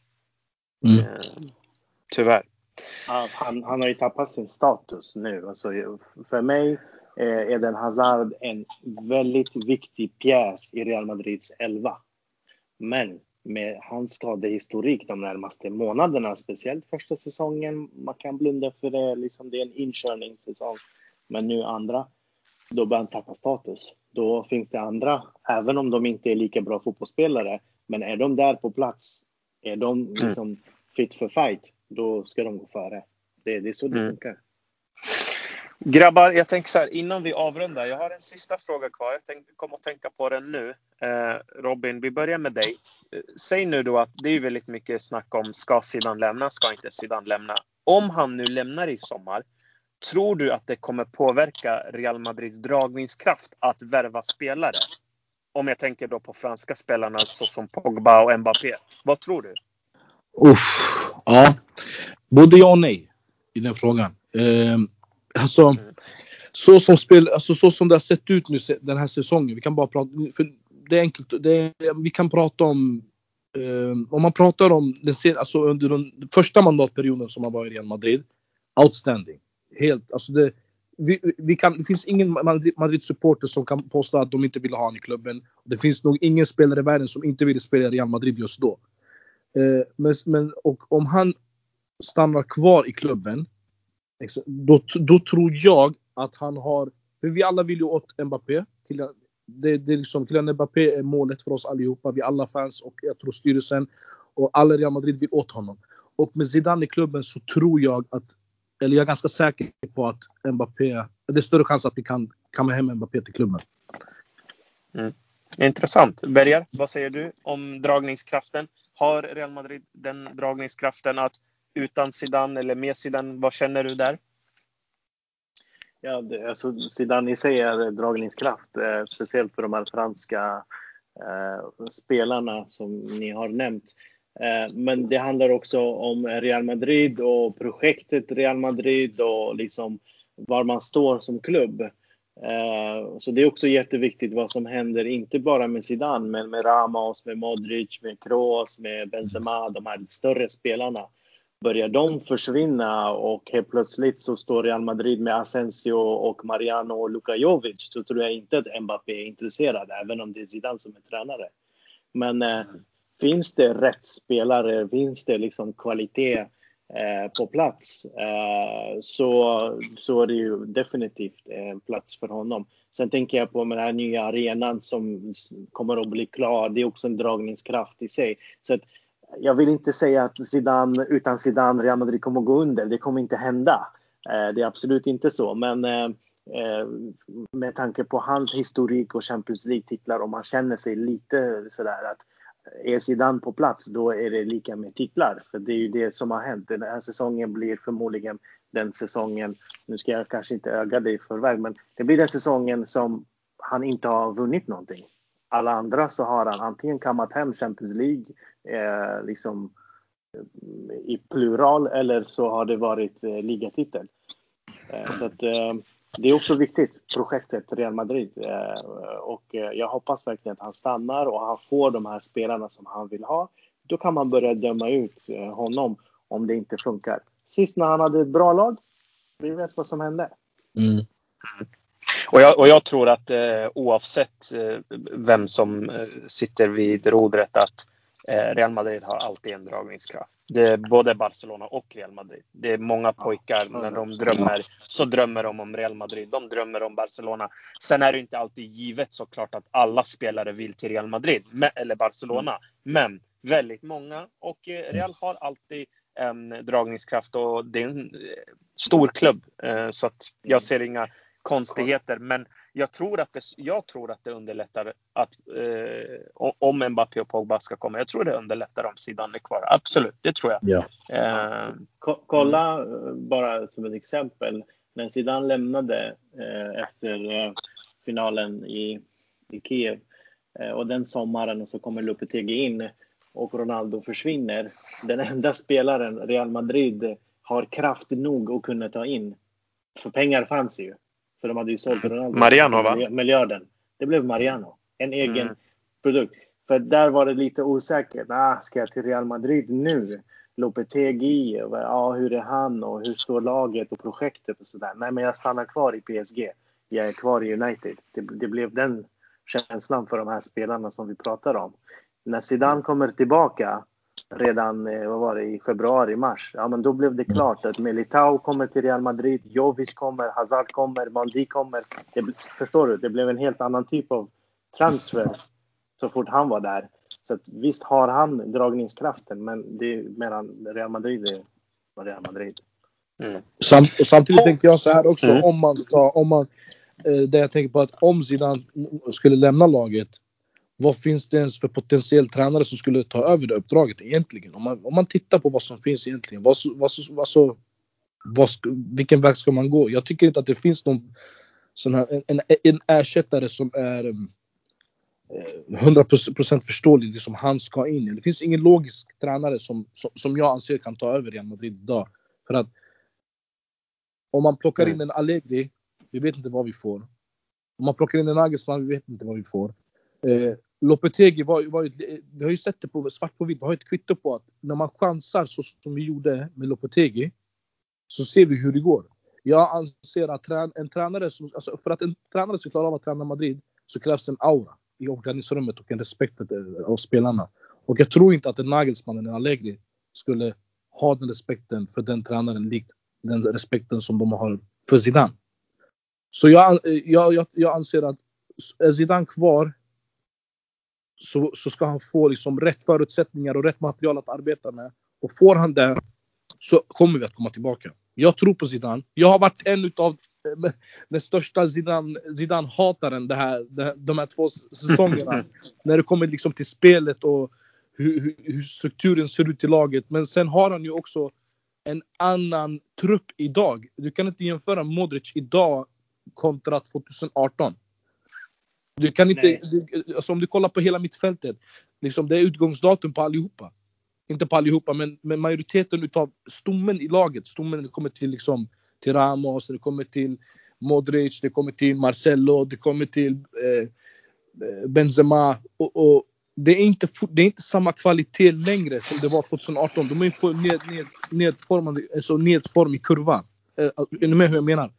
Tyvärr. Ja, han har ju tappat sin status nu. Alltså, för mig är den Hazard en väldigt viktig pjäs i Real Madrids 11. Men med hans skadehistorik de närmaste månaderna, speciellt första säsongen, man kan blunda för det. Liksom det är en inkörningssäsong. Men nu andra, då börjar han tappa status. Då finns det andra, även om de inte är lika bra fotbollsspelare. Men är de där på plats, är de liksom fit för fight, då ska de gå före. Det är så det funkar. Grabbar, jag tänker så här, innan vi avrundar, jag har en sista fråga kvar. Jag kommer att tänka på den nu. Robin, vi börjar med dig. Säg nu då att det är väldigt mycket snack om, ska Zidane lämna, ska inte Zidane lämna? Om han nu lämnar i sommar, tror du att det kommer påverka Real Madrids dragningskraft att värva spelare? Om jag tänker då på franska spelarna såsom Pogba och Mbappé. Vad tror du? Ja, både ja och nej i den frågan. Så som det har sett ut nu den här säsongen. Vi kan bara prata, för det är enkelt. Vi kan prata om man pratar om under den första mandatperioden som man var i Real Madrid, outstanding. Helt, alltså det finns ingen Madrid-supporter som kan påstå att de inte vill ha han i klubben. Det finns nog ingen spelare i världen som inte vill spela i Real Madrid just då. Men om han stannar kvar i klubben, då tror jag att han har, för vi alla vill ju åt Mbappé. Det är liksom, Kylian Mbappé är målet för oss allihopa. Vi alla fans och jag tror styrelsen och alla Real Madrid vill åt honom. Och med Zidane i klubben så tror jag jag är ganska säker på att Mbappé, det är större chans att vi kan kamma hem Mbappé till klubben. Intressant. Berger, vad säger du om dragningskraften? Har Real Madrid den dragningskraften att utan Zidane eller med Zidane, vad känner du där? Ja, alltså Zidane i sig är dragningskraft, speciellt för de här franska spelarna som ni har nämnt. Men det handlar också om Real Madrid och projektet Real Madrid och liksom var man står som klubb. Så det är också jätteviktigt vad som händer, inte bara med Zidane, men med Ramos, med Modric, med Kroos, med Benzema, de här större spelarna. Börjar de försvinna och helt plötsligt så står Real Madrid med Asensio och Mariano och Luka Jovic, så tror jag inte att Mbappé är intresserad, även om det är Zidane som är tränare. Men finns det rätt spelare, finns det liksom kvalitet på plats, så är det ju definitivt en plats för honom. Sen tänker jag på den här nya arenan som kommer att bli klar. Det är också en dragningskraft i sig. Så att jag vill inte säga att utan Zidane Real Madrid kommer att gå under. Det kommer inte hända. Det är absolut inte så. Men med tanke på hans historik och Champions League-titlar, om man känner sig lite sådär att är Zidane på plats, då är det lika med titlar. För det är ju det som har hänt. Den här säsongen blir förmodligen den säsongen, nu ska jag kanske inte öga det i förväg, men det blir den säsongen som han inte har vunnit någonting. Alla andra så har han antingen kammat hem Champions League liksom i plural, eller så har det varit ligatitel. Så att det är också viktigt, projektet Real Madrid, och jag hoppas verkligen att han stannar och han får de här spelarna som han vill ha. Då kan man börja döma ut honom om det inte funkar. Sist när han hade ett bra lag, vi vet vad som hände. Och jag tror att oavsett vem som sitter vid rodret, att Real Madrid har alltid en dragningskraft. Det är både Barcelona och Real Madrid. Det är många pojkar, när de drömmer, så drömmer de om Real Madrid. De drömmer om Barcelona. Sen är det inte alltid givet såklart att alla spelare vill till Real Madrid eller Barcelona. Men väldigt många, och Real har alltid en dragningskraft, och det är en stor klubb. Så att jag ser inga konstigheter, men jag tror att det underlättar att om Mbappé och Pogba ska komma. Jag tror det underlättar om Zidane är kvar. Absolut, det tror jag. Ja. Kolla bara som ett exempel, när Zidane lämnade efter finalen i Kiev, och den sommaren, och så kommer Lopetegui in och Ronaldo försvinner. Den enda spelaren Real Madrid har kraft nog att kunna ta in, för pengar fanns ju. För de hade ju sålt Ronaldo. Mariano, va? Miljarden. Det blev Mariano. En egen produkt. För där var det lite osäkert. Ska jag till Real Madrid nu? Lopetegui. Hur är han? Och hur står laget och projektet och sådär. Nej, men jag stannar kvar i PSG. Jag är kvar i United. Det blev den känslan för de här spelarna som vi pratar om. När Zidane kommer tillbaka redan i februari, mars. Ja, men då blev det klart att Militao kommer till Real Madrid, Jovic kommer, Hazard kommer, Maldini kommer. Förstår du? Det blev en helt annan typ av transfer så fort han var där. Så att, visst har han dragningskraften, men det är mellan Real Madrid och Real Madrid. Samtidigt tänker jag så här också, det jag tänker på, att om Zidane skulle lämna laget, vad finns det ens för potentiell tränare som skulle ta över det uppdraget egentligen? Om man tittar på vad som finns egentligen. vilken väg ska man gå? Jag tycker inte att det finns någon sån här, en ersättare som är 100% förståelig, det som han ska in. Det finns ingen logisk tränare som jag anser kan ta över Real Madrid idag. För att om man plockar in en Allegri, vi vet inte vad vi får. Om man plockar in en Nagelsmann, vi vet inte vad vi får. Lopetegui vi har ju sett det på svart på vitt. Vi har ett kvitto på att när man chansar så som vi gjorde med Lopetegui, så ser vi hur det går. Jag anser att en tränare för att en tränare ska klara av att träna Madrid, så krävs en aura i omklädningsrummet och en respekt av spelarna. Och jag tror inte att en Nagelsmann eller en Allegri skulle ha den respekten för den tränaren likt den respekten som de har för Zidane. Så jag anser att är Zidane kvar, så ska han få liksom rätt förutsättningar och rätt material att arbeta med. Och får han det, så kommer vi att komma tillbaka. Jag tror på Zidane. Jag har varit en utav den största Zidane-hataren de här 2 säsongerna. När det kommer liksom till spelet och hur strukturen ser ut i laget. Men sen har han ju också en annan trupp idag. Du kan inte jämföra Modric idag kontra 2018. Du kan inte, alltså om du kollar på hela mittfältet, liksom det är utgångsdatum på allihopa. Inte på allihopa, men majoriteten utav stommen i laget. Stommen, det kommer till liksom till Ramos, det kommer till Modric, det kommer till Marcelo, det kommer till Benzema, och det är inte samma kvalitet längre som det var 2018. De är på nedform i kurva. Är ni med hur jag menar?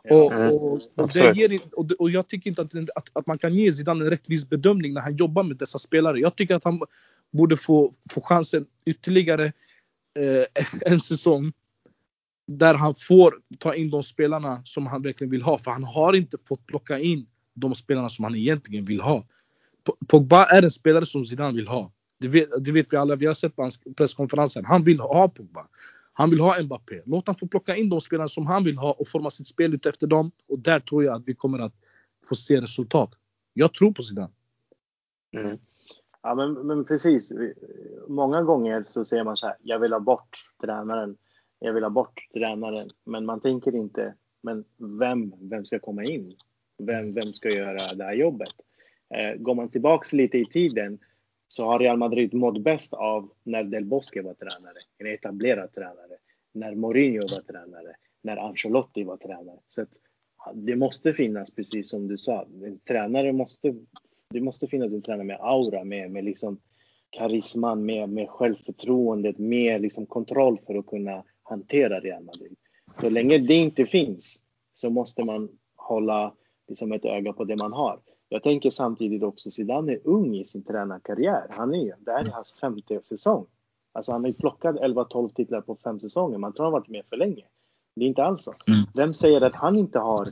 Och jag tycker inte att man kan ge Zidane en rättvis bedömning när han jobbar med dessa spelare. Jag tycker att han borde få chansen ytterligare en säsong där han får ta in de spelarna som han verkligen vill ha. För han har inte fått plocka in de spelarna som han egentligen vill ha. Pogba är en spelare som Zidane vill ha. Det vet vi alla. Vi har sett på hans presskonferenser. Han vill ha Pogba. Han vill ha Mbappé. Låt han få plocka in de spelarna som han vill ha och forma sitt spel ut efter dem. Och där tror jag att vi kommer att få se resultat. Jag tror på Zidane. Ja, men precis. Många gånger så säger man så här: jag vill ha bort tränaren. Jag vill ha bort tränaren. Men man tänker inte, men vem ska komma in? Vem ska göra det här jobbet? Går man tillbaks lite i tiden, så har Real Madrid mått bäst av när Del Bosque var tränare, en etablerad tränare, när Mourinho var tränare, när Ancelotti var tränare. Så att det måste finnas, precis som du sa, det måste finnas en tränare med aura, med liksom karisman, med självförtroendet, med liksom kontroll för att kunna hantera Real Madrid. Så länge det inte finns, så måste man hålla liksom ett öga på det man har. Jag tänker samtidigt också, Zidane är ung i sin tränarkarriär. Det här är hans 5:e säsong. Alltså han har ju plockat 11-12 titlar på 5 säsonger. Man tror han har varit med för länge. Det är inte alls så. Vem säger att han inte har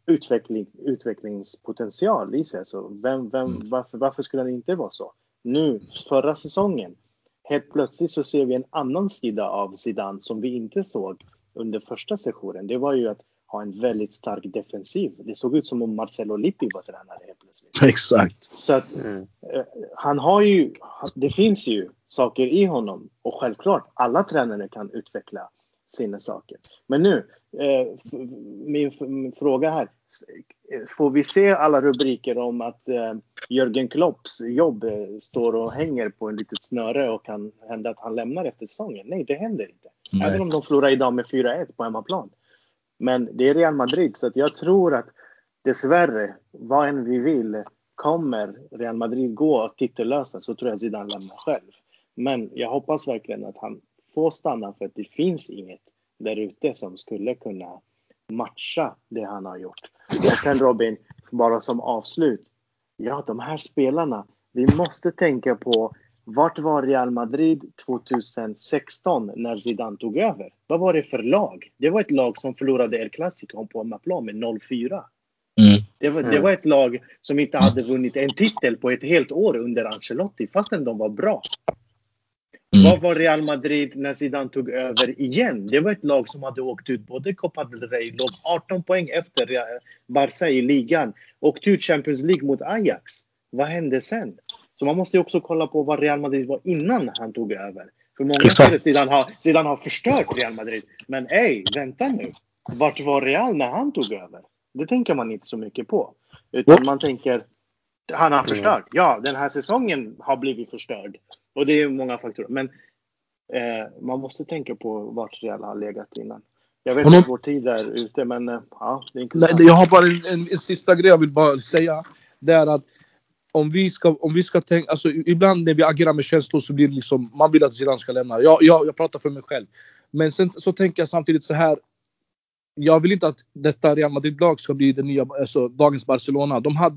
utvecklingspotential i sig? Så varför skulle han inte vara så? Nu, förra säsongen, helt plötsligt så ser vi en annan sida av Zidane som vi inte såg under första sessionen. Det var ju att ha en väldigt stark defensiv. Det såg ut som om Marcelo Lippi var tränare helt plötsligt. Exakt. Så att han har ju, det finns ju saker i honom, och självklart alla tränare kan utveckla sina saker. Men nu, min fråga här, får vi se alla rubriker om att Jürgen Klopps jobb står och hänger på en litet snöre och kan hända att han lämnar efter säsongen? Nej, det händer inte. Nej. Även om de förlorar idag med 4-1 på hemmaplan. Men det är Real Madrid, så att jag tror att dessvärre, vad än vi vill, kommer Real Madrid gå titellösa, så tror jag att Zidane lämnar själv. Men jag hoppas verkligen att han får stanna, för att det finns inget där ute som skulle kunna matcha det han har gjort. Och sen Robin, bara som avslut. Ja, de här spelarna, vi måste tänka på, vart var Real Madrid 2016 när Zidane tog över? Vad var det för lag? Det var ett lag som förlorade El Clasico på hemmaplan med 0-4. Det var ett lag som inte hade vunnit en titel på ett helt år under Ancelotti, fastän de var bra. Vad var Real Madrid när Zidane tog över igen? Det var ett lag som hade åkt ut både Copa del Rey, låg 18 poäng efter Barça i ligan, åkt ut Champions League mot Ajax. Vad hände sen? Så man måste ju också kolla på vad Real Madrid var innan han tog över. För många ser att Zidane har förstört Real Madrid. Men vänta nu. Vart var Real när han tog över? Det tänker man inte så mycket på. Utan man tänker, han har förstört. Ja, den här säsongen har blivit förstörd. Och det är många faktorer. Men man måste tänka på vart Real har legat innan. Jag vet inte vår tid är ute, men ja, det är intressant. Jag har bara en sista grej jag vill bara säga. Det är att om vi ska tänka, alltså ibland när vi agerar med känslor så blir det liksom, man vill att Zidane ska lämna. Jag pratar för mig själv. Men sen så tänker jag samtidigt så här. Jag vill inte att detta Real Madrid-lag ska bli det nya, alltså dagens Barcelona.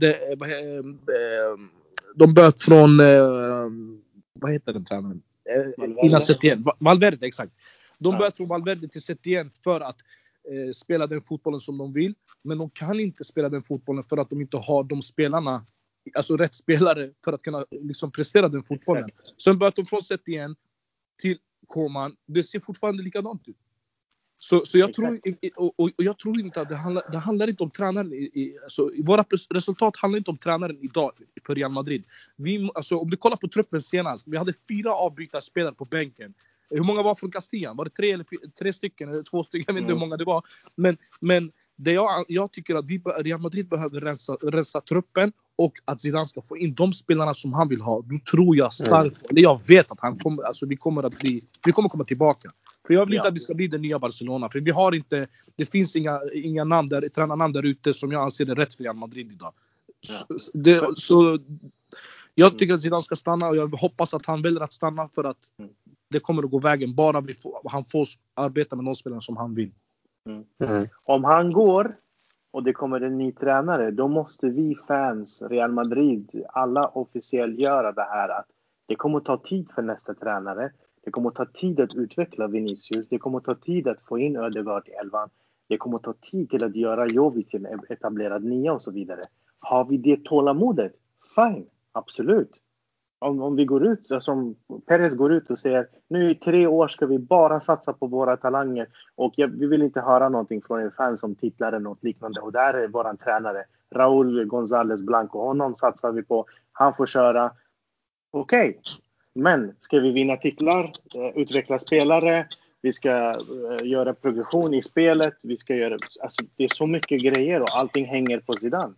De böt från vad heter den tränaren? Innan Setien. Valverde, exakt. De böt från Valverde till Setien för att spela den fotbollen som de vill. Men de kan inte spela den fotbollen för att de inte har de spelarna, alltså rätt spelare för att kunna liksom prestera den fotbollen. Exakt. Sen böt de från Setien till Koeman. Det ser fortfarande likadant ut. Så jag tror, och jag tror inte att det handlar inte om tränaren alltså, våra resultat handlar inte om tränaren idag för Real Madrid. Alltså, om du kollar på truppen senast, vi hade 4 avbytare spelare på bänken. Hur många var från Castilla? Var det 3 stycken eller 2 stycken? Jag vet inte hur många det var. Men det jag tycker att Real Madrid behöver rensa truppen och att Zidane ska få in de spelarna som han vill ha. Då tror jag starkt, eller jag vet att han kommer, alltså vi kommer komma tillbaka. För jag vill inte att vi ska bli den nya Barcelona. För vi har inte, det finns inga namn där, tränarnamn där ute som jag anser är rätt för Real Madrid idag. Så jag tycker att Zidane ska stanna och jag hoppas att han väljer att stanna för att det kommer att gå vägen. Bara han får arbeta med de spelarna som han vill. Om han går och det kommer en ny tränare, då måste vi fans, Real Madrid, alla officiellt göra det här att det kommer att ta tid för nästa tränare. Det kommer att ta tid att utveckla Vinicius. Det kommer att ta tid att få in Ödegaard i elvan. Det kommer att ta tid till att göra Jovic till en etablerad nia och så vidare. Har vi det tålamodet? Fine, absolut. Om vi går ut, alltså Perez går ut och säger nu i 3 år ska vi bara satsa på våra talanger och vi vill inte höra någonting från en fan som titlar eller något liknande. Och där är våran tränare Raúl González Blanco. Honom satsar vi på. Han får köra. Okej. Men ska vi vinna titlar, utveckla spelare, vi ska göra progression i spelet, vi ska göra, alltså det är så mycket grejer och allting hänger på Zidane.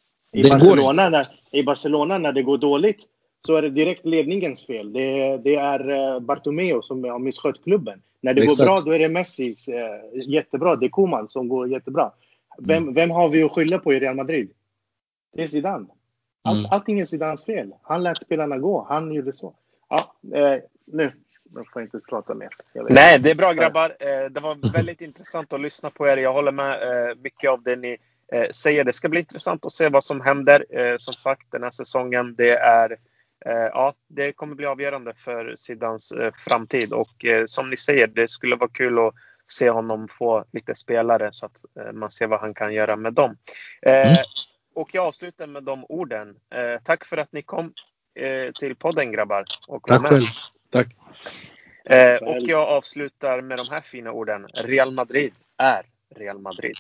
I Barcelona när det går dåligt så är det direkt ledningens fel. Det är Bartomeu som har misskött klubben. När det går bra då är det Messi jättebra, det är Koeman som går jättebra. Vem har vi att skylla på i Real Madrid? Det är Zidane. Allting är Zidanes fel. Han lät spelarna gå, han gjorde så. Ja, nu får jag inte prata mer. Nej, det är bra grabbar. Det var väldigt intressant att lyssna på er. Jag håller med mycket av det ni säger. Det ska bli intressant att se vad som händer. Som sagt, den här säsongen, det kommer bli avgörande för Zidanes framtid. Och som ni säger, det skulle vara kul att se honom få lite spelare så att man ser vad han kan göra med dem. Och jag avslutar med de orden. Tack för att ni kom till podden grabbar. Och tack själv. Tack. Och jag avslutar med de här fina orden. Real Madrid är Real Madrid.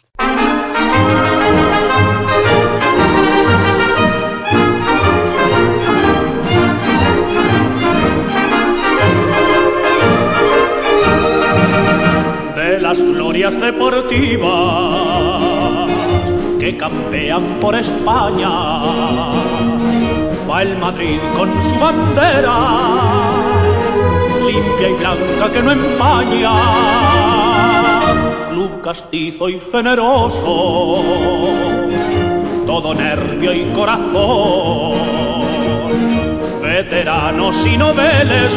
De las glorias deportivas que campean por España va el Madrid con su bandera limpia y blanca que no empaña, club castizo y generoso, todo nervio y corazón, veteranos y noveles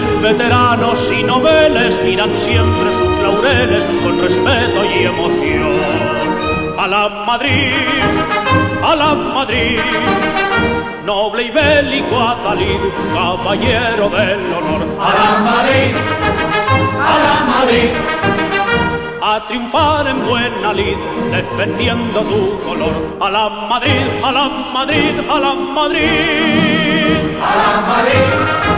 miran siempre sus laureles con respeto y emoción. A la Madrid, noble y bélico Adalid, caballero del honor. A la Madrid, a triunfar en buena lid, defendiendo tu color. A la Madrid, a la Madrid, a la Madrid, a la Madrid.